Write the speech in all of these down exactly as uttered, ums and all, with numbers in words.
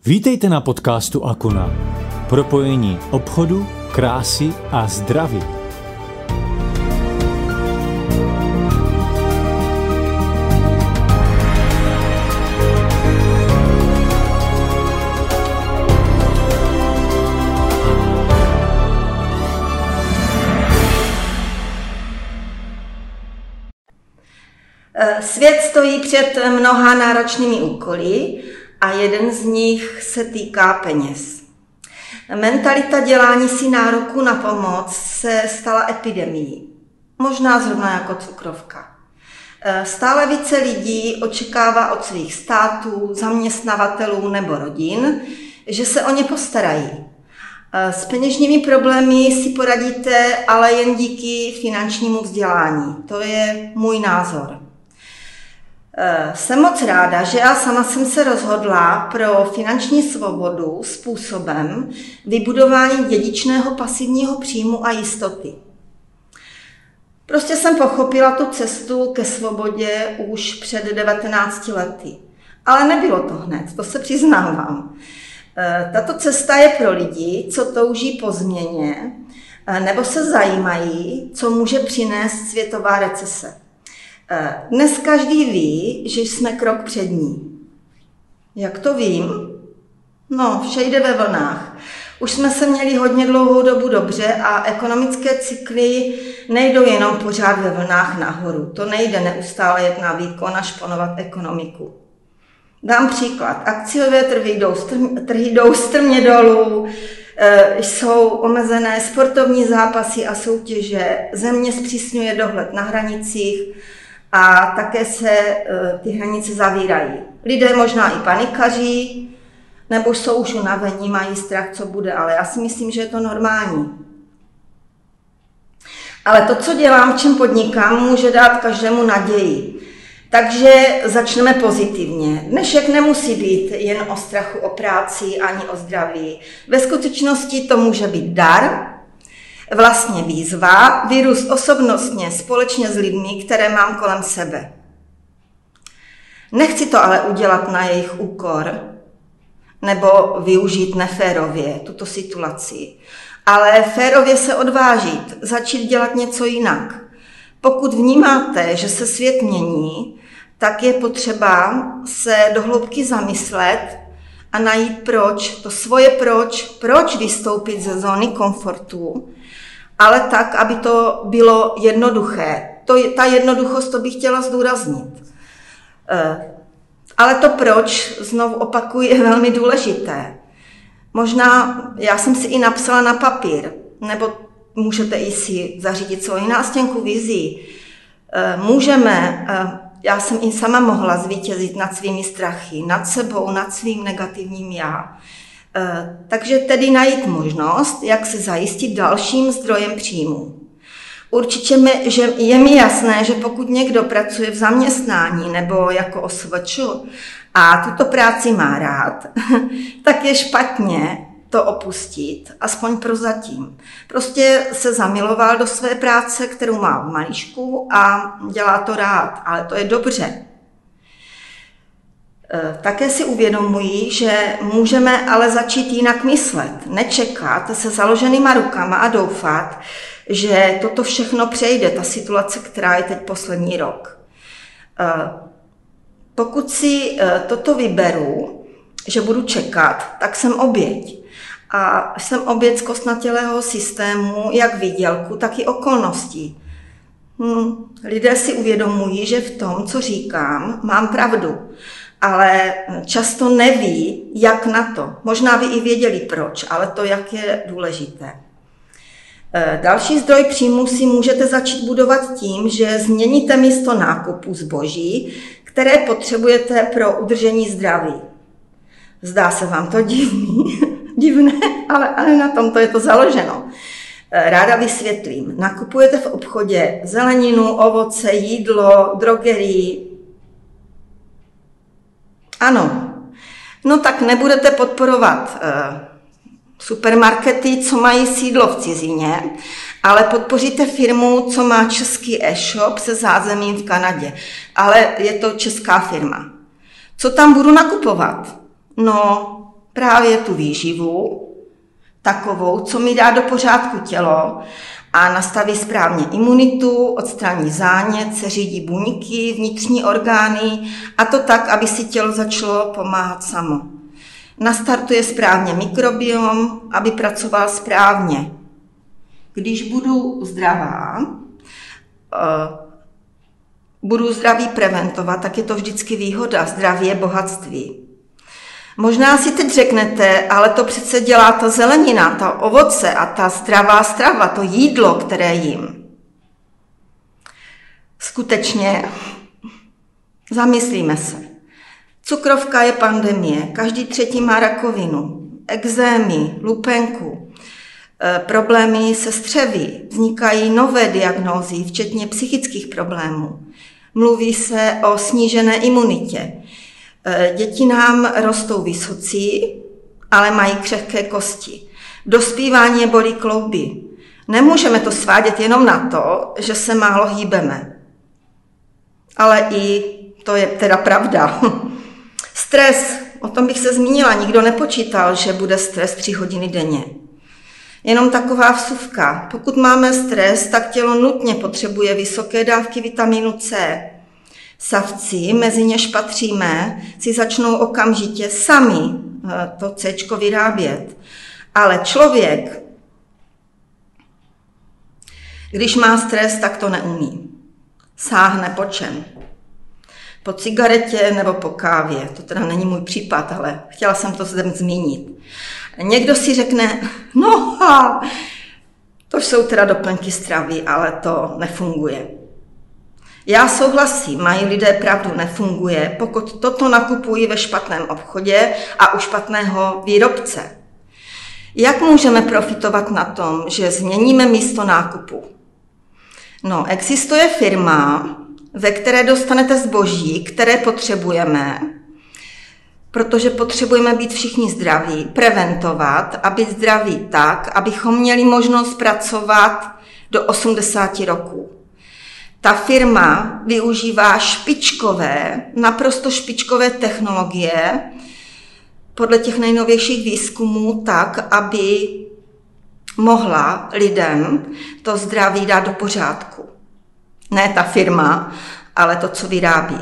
Vítejte na podcastu Akuna. Propojení obchodu, krásy a zdraví. Svět stojí před mnoha náročnými úkoly a jeden z nich se týká peněz. Mentalita dělání si nároku na pomoc se stala epidemií, možná zrovna jako cukrovka. Stále více lidí očekává od svých států, zaměstnavatelů nebo rodin, že se o ně postarají. S peněžními problémy si poradíte, ale jen díky finančnímu vzdělání. To je můj názor. Jsem moc ráda, že já sama jsem se rozhodla pro finanční svobodu způsobem vybudování dědičného pasivního příjmu a jistoty. Prostě jsem pochopila tu cestu ke svobodě už před devatenácti lety. Ale nebylo to hned, to se přiznávám. Tato cesta je pro lidi, co touží po změně, nebo se zajímají, co může přinést světová recese. Dnes každý ví, že jsme krok před ní. Jak to vím? No, vše jde ve vlnách. Už jsme se měli hodně dlouhou dobu dobře a ekonomické cykly nejdou jenom pořád ve vlnách nahoru. To nejde neustále jet na výkon a šponovat ekonomiku. Dám příklad. Akciové trhy jdou, strm, trhy jdou strmě dolů, e, jsou omezené sportovní zápasy a soutěže, země zpřísňuje dohled na hranicích, a také se e, ty hranice zavírají. Lidé možná i panikaří, nebo jsou už unavení, mají strach, co bude, ale já si myslím, že je to normální. Ale to, co dělám, v čem podnikám, může dát každému naději. Takže začneme pozitivně. Dnešek nemusí být jen o strachu o práci ani o zdraví. Ve skutečnosti to může být dar, vlastně výzva, vyrůst osobnostně společně s lidmi, které mám kolem sebe. Nechci to ale udělat na jejich úkor nebo využít neférově tuto situaci, ale férově se odvážit, začít dělat něco jinak. Pokud vnímáte, že se svět mění, tak je potřeba se do hloubky zamyslet a najít proč, to svoje proč, proč vystoupit ze zóny komfortu, ale tak, aby to bylo jednoduché. To, ta jednoduchost, to bych chtěla zdůraznit. Ale to proč, znovu opakuju, je velmi důležité. Možná já jsem si i napsala na papír, nebo můžete i si zařídit svoji nástěnku vizí. Můžeme, já jsem i sama mohla zvítězit nad svými strachy, nad sebou, nad svým negativním já. Takže tedy najít možnost, jak se zajistit dalším zdrojem příjmu. Určitě mi, že je mi jasné, že pokud někdo pracuje v zaměstnání nebo jako O S V Č a tuto práci má rád, tak je špatně to opustit, aspoň prozatím. Prostě se zamiloval do své práce, kterou má v malíšku a dělá to rád, ale to je dobře. Také si uvědomuji, že můžeme ale začít jinak myslet, nečekat se založenýma rukama a doufat, že toto všechno přejde, ta situace, která je teď poslední rok. Pokud si toto vyberu, že budu čekat, tak jsem oběť. A jsem oběť zkostnatělého systému, jak výdělku, tak i okolností. Hm, lidé si uvědomují, že v tom, co říkám, mám pravdu, ale často neví, jak na to. Možná by i věděli proč, ale to, jak je důležité. Další zdroj příjmu si můžete začít budovat tím, že změníte místo nákupu zboží, které potřebujete pro udržení zdraví. Zdá se vám to divný, divné, ale, ale na tomto je to založeno. Ráda vysvětlím. Nakupujete v obchodě zeleninu, ovoce, jídlo, drogerii. Ano, no tak nebudete podporovat uh, supermarkety, co mají sídlo v cizině, ale podpoříte firmu, co má český e-shop se zázemím v Kanadě, ale je to česká firma. Co tam budu nakupovat? No, právě tu výživu, takovou, co mi dá do pořádku tělo a nastaví správně imunitu, odstraní zánět, seřídí buňky, vnitřní orgány a to tak, aby si tělo začalo pomáhat samo. Nastartuje správně mikrobiom, aby pracoval správně. Když budu zdravá, budu zdraví preventovat, tak je to vždycky výhoda. Zdraví je bohatství. Možná si teď řeknete, ale to přece dělá ta zelenina, ta ovoce a ta zdravá strava, to jídlo, které jím. Skutečně, zamyslíme se. Cukrovka je pandemie, každý třetí má rakovinu, ekzémy, lupenku, e, problémy se střevy, vznikají nové diagnózy, včetně psychických problémů. Mluví se o snížené imunitě. E, děti nám rostou vysocí, ale mají křehké kosti. Dospívání je bolí klouby. Nemůžeme to svádět jenom na to, že se málo hýbeme. Ale i to je teda pravda. Stres, o tom bych se zmínila, nikdo nepočítal, že bude stres tři hodiny denně. Jenom taková vsuvka. Pokud máme stres, tak tělo nutně potřebuje vysoké dávky vitamínu C. Savci, mezi něž patříme, si začnou okamžitě sami to Cčko vyrábět. Ale člověk, když má stres, tak to neumí. Sáhne po čem? Po cigaretě nebo po kávě. To teda není můj případ, ale chtěla jsem to zde zmínit. Někdo si řekne, no a to jsou teda doplňky stravy, ale to nefunguje. Já souhlasím, mají lidé pravdu, nefunguje, pokud toto nakupují ve špatném obchodě a u špatného výrobce. Jak můžeme profitovat na tom, že změníme místo nákupu? No, existuje firma, ve které dostanete zboží, které potřebujeme, protože potřebujeme být všichni zdraví, preventovat a být zdraví tak, abychom měli možnost pracovat do osmdesáti roků. Ta firma využívá špičkové, naprosto špičkové technologie podle těch nejnovějších výzkumů tak, aby mohla lidem to zdraví dát do pořádku. Ne ta firma, ale to, co vyrábí.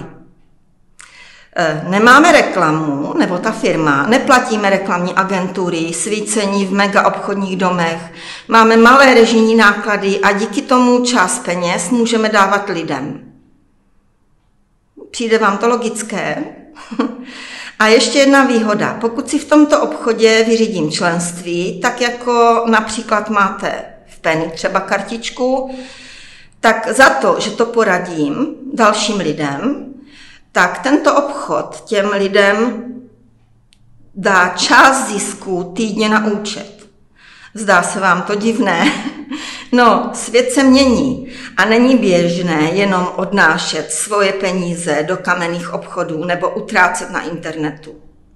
Nemáme reklamu, nebo ta firma, neplatíme reklamní agentury, svícení v mega obchodních domech, máme malé režijní náklady a díky tomu část peněz můžeme dávat lidem. Přijde vám to logické? A ještě jedna výhoda. Pokud si v tomto obchodě vyřídím členství, tak jako například máte v Penny třeba kartičku, tak za to, že to poradím dalším lidem, tak tento obchod těm lidem dá část zisku týdně na účet. Zdá se vám to divné? No, svět se mění a není běžné jenom odnášet svoje peníze do kamenných obchodů nebo utrácet na internetu.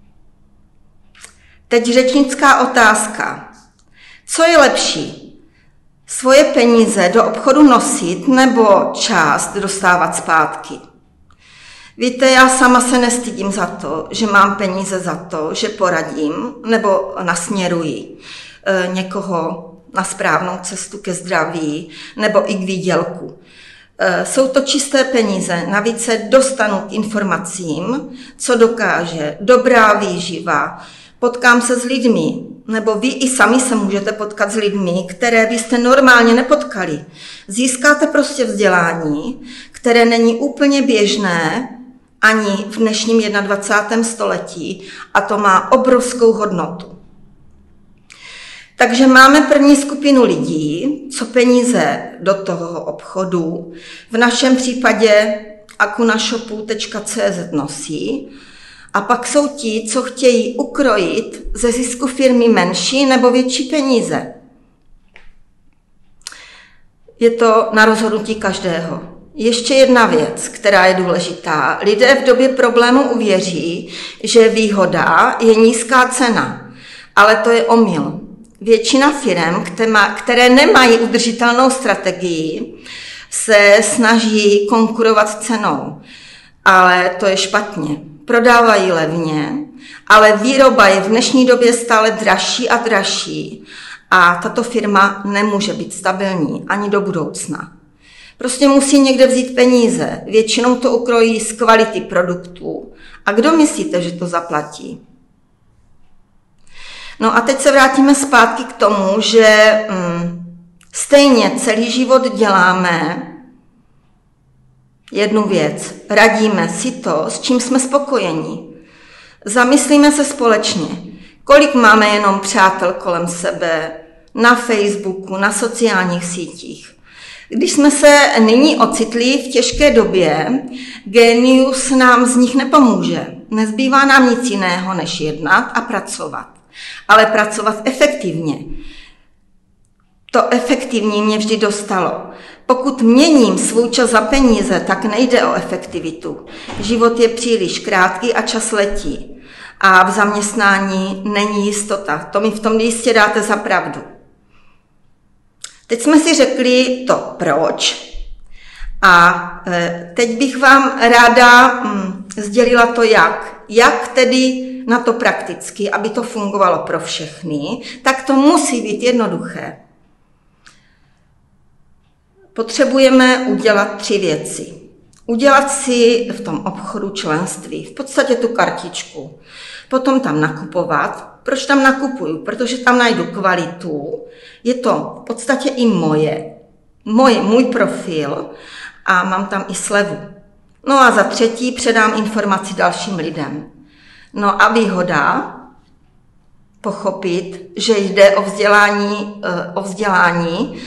Teď řečnická otázka. Co je lepší? Svoje peníze do obchodu nosit nebo část dostávat zpátky? Víte, já sama se nestydím za to, že mám peníze za to, že poradím nebo nasměruji e, někoho na správnou cestu ke zdraví nebo i k výdělku. E, jsou to čisté peníze, navíc se dostanu k informacím, co dokáže dobrá výživa. Potkám se s lidmi, nebo vy i sami se můžete potkat s lidmi, které byste normálně nepotkali. Získáte prostě vzdělání, které není úplně běžné ani v dnešním dvacátém prvním století a to má obrovskou hodnotu. Takže máme první skupinu lidí, co peníze do toho obchodu, v našem případě akunashopu tečka cé zet nosí, a pak jsou ti, co chtějí ukrojit ze zisku firmy menší nebo větší peníze. Je to na rozhodnutí každého. Ještě jedna věc, která je důležitá. Lidé v době problému uvěří, že výhoda je nízká cena, ale to je omyl. Většina firem, které nemají udržitelnou strategii, se snaží konkurovat cenou, ale to je špatně. Prodávají levně Ale výroba je v dnešní době stále dražší a dražší a tato firma nemůže být stabilní ani do budoucna. Prostě musí někde vzít peníze, většinou to ukrojí z kvality produktů. A kdo myslíte, že to zaplatí? No a teď se vrátíme zpátky k tomu, že hm, stejně celý život děláme jednu věc. Radíme si to, s čím jsme spokojení. Zamyslíme se společně, kolik máme jenom přátel kolem sebe, na Facebooku, na sociálních sítích. Když jsme se nyní ocitli v těžké době, Genius nám z nich nepomůže. Nezbývá nám nic jiného, než jednat a pracovat. Ale pracovat efektivně. To efektivní mě vždy dostalo. Pokud měním svůj čas za peníze, tak nejde o efektivitu. Život je příliš krátký a čas letí. A v zaměstnání není jistota. To mi v tom jistě dáte za pravdu. Teď jsme si řekli to proč a teď bych vám ráda hm, sdělila to jak. Jak tedy na to prakticky, aby to fungovalo pro všechny, tak to musí být jednoduché. Potřebujeme udělat tři věci. Udělat si v tom obchodu členství, v podstatě tu kartičku. Potom tam nakupovat. Proč tam nakupuju? Protože tam najdu kvalitu. Je to v podstatě i moje, moje můj profil a mám tam i slevu. No a za třetí předám informaci dalším lidem. No a výhoda, pochopit, že jde o vzdělání, o vzdělání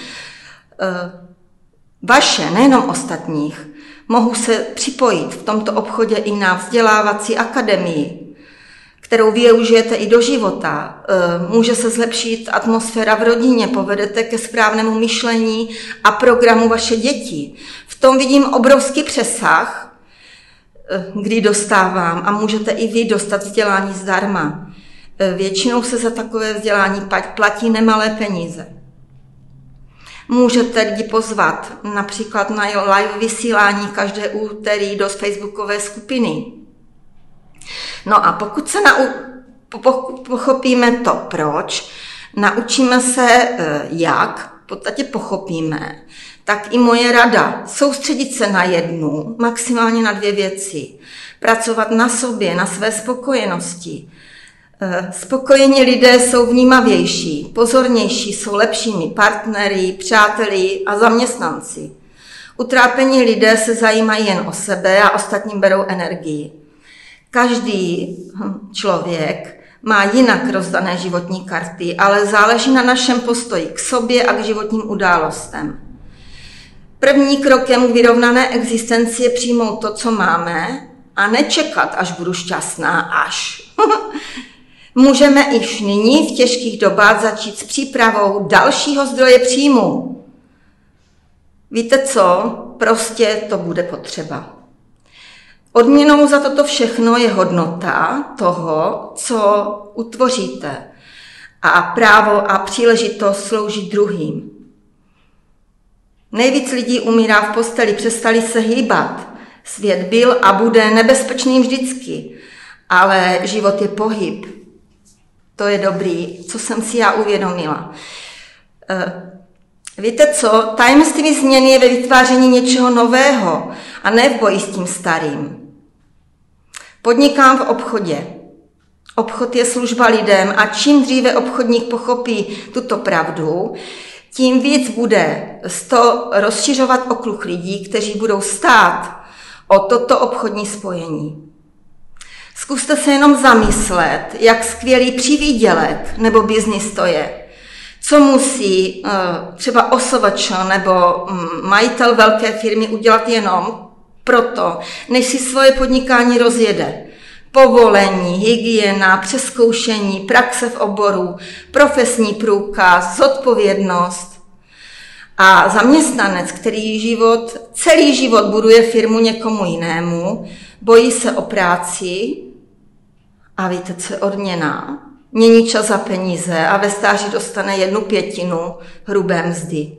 vaše, nejenom ostatních. Mohu se připojit v tomto obchodě i na vzdělávací akademii, kterou využijete i do života. Může se zlepšit atmosféra v rodině, povedete ke správnému myšlení a programu vaše děti. V tom vidím obrovský přesah, kdy dostávám a můžete i vy dostat vzdělání zdarma. Většinou se za takové vzdělání platí nemalé peníze. Můžete lidi pozvat například na live vysílání každé úterý do facebookové skupiny. No a pokud se nau- pochopíme to proč, naučíme se jak, v podstatě pochopíme, tak i moje rada, soustředit se na jednu, maximálně na dvě věci. Pracovat na sobě, na své spokojenosti. Spokojení lidé jsou vnímavější, pozornější, jsou lepšími partnery, přáteli a zaměstnanci. Utrápení lidé se zajímají jen o sebe a ostatní berou energii. Každý člověk má jinak rozdané životní karty, ale záleží na našem postoji k sobě a k životním událostem. První krokem k vyrovnané existenci je přijmout to, co máme a nečekat, až budu šťastná, až. Můžeme již nyní v těžkých dobách začít s přípravou dalšího zdroje příjmu. Víte co? Prostě to bude potřeba. Odměnou za toto všechno je hodnota toho, co utvoříte a právo a příležitost sloužit druhým. Nejvíc lidí umírá v posteli, přestali se hýbat. Svět byl a bude nebezpečný vždycky, ale život je pohyb. To je dobrý, co jsem si já uvědomila. Víte co? Tajemství změny je ve vytváření něčeho nového a ne v boji s tím starým. Podnikám v obchodě. Obchod je služba lidem a čím dříve obchodník pochopí tuto pravdu, tím víc bude to rozšiřovat okruh lidí, kteří budou stát o toto obchodní spojení. Zkuste se jenom zamyslet, jak skvělý přivýdělek nebo biznis to je. Co musí třeba O S V Č nebo majitel velké firmy udělat jenom proto, než si svoje podnikání rozjede. Povolení, hygiena, přezkoušení, praxe v oboru, profesní průkaz, zodpovědnost. A zaměstnanec, který život, celý život buduje firmu někomu jinému, bojí se o práci a víte, co je odměna? Mění čas za peníze a ve stáří dostane jednu pětinu hrubé mzdy.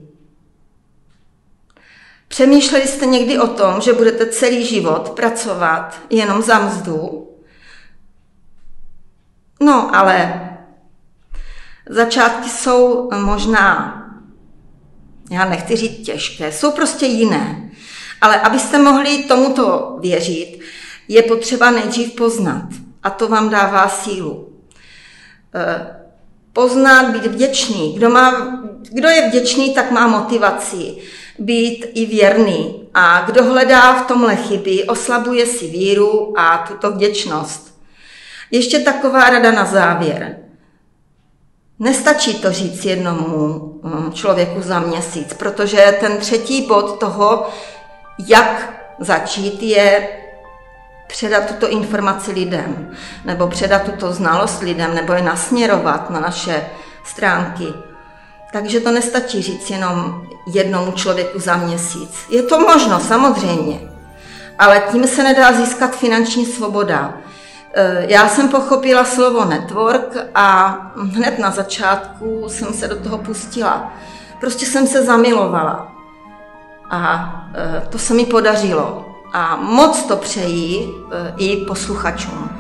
Přemýšleli jste někdy o tom, že budete celý život pracovat jenom za mzdu? No, ale začátky jsou možná, já nechci říct těžké, jsou prostě jiné. Ale abyste mohli tomuto věřit, je potřeba nejdřív poznat. A to vám dává sílu. Poznat, být vděčný. Kdo, má, kdo je vděčný, tak má motivaci být i věrný. A kdo hledá v tomhle chyby, oslabuje si víru a tuto vděčnost. Ještě taková rada na závěr. Nestačí to říct jednomu člověku za měsíc, protože ten třetí bod toho, jak začít, je předat tuto informaci lidem, nebo předat tuto znalost lidem, nebo je nasměrovat na naše stránky. Takže to nestačí říct jenom jednomu člověku za měsíc. Je to možno, samozřejmě, ale tím se nedá získat finanční svoboda. Já jsem pochopila slovo network a hned na začátku jsem se do toho pustila. Prostě jsem se zamilovala a to se mi podařilo. A moc to přeji i posluchačům.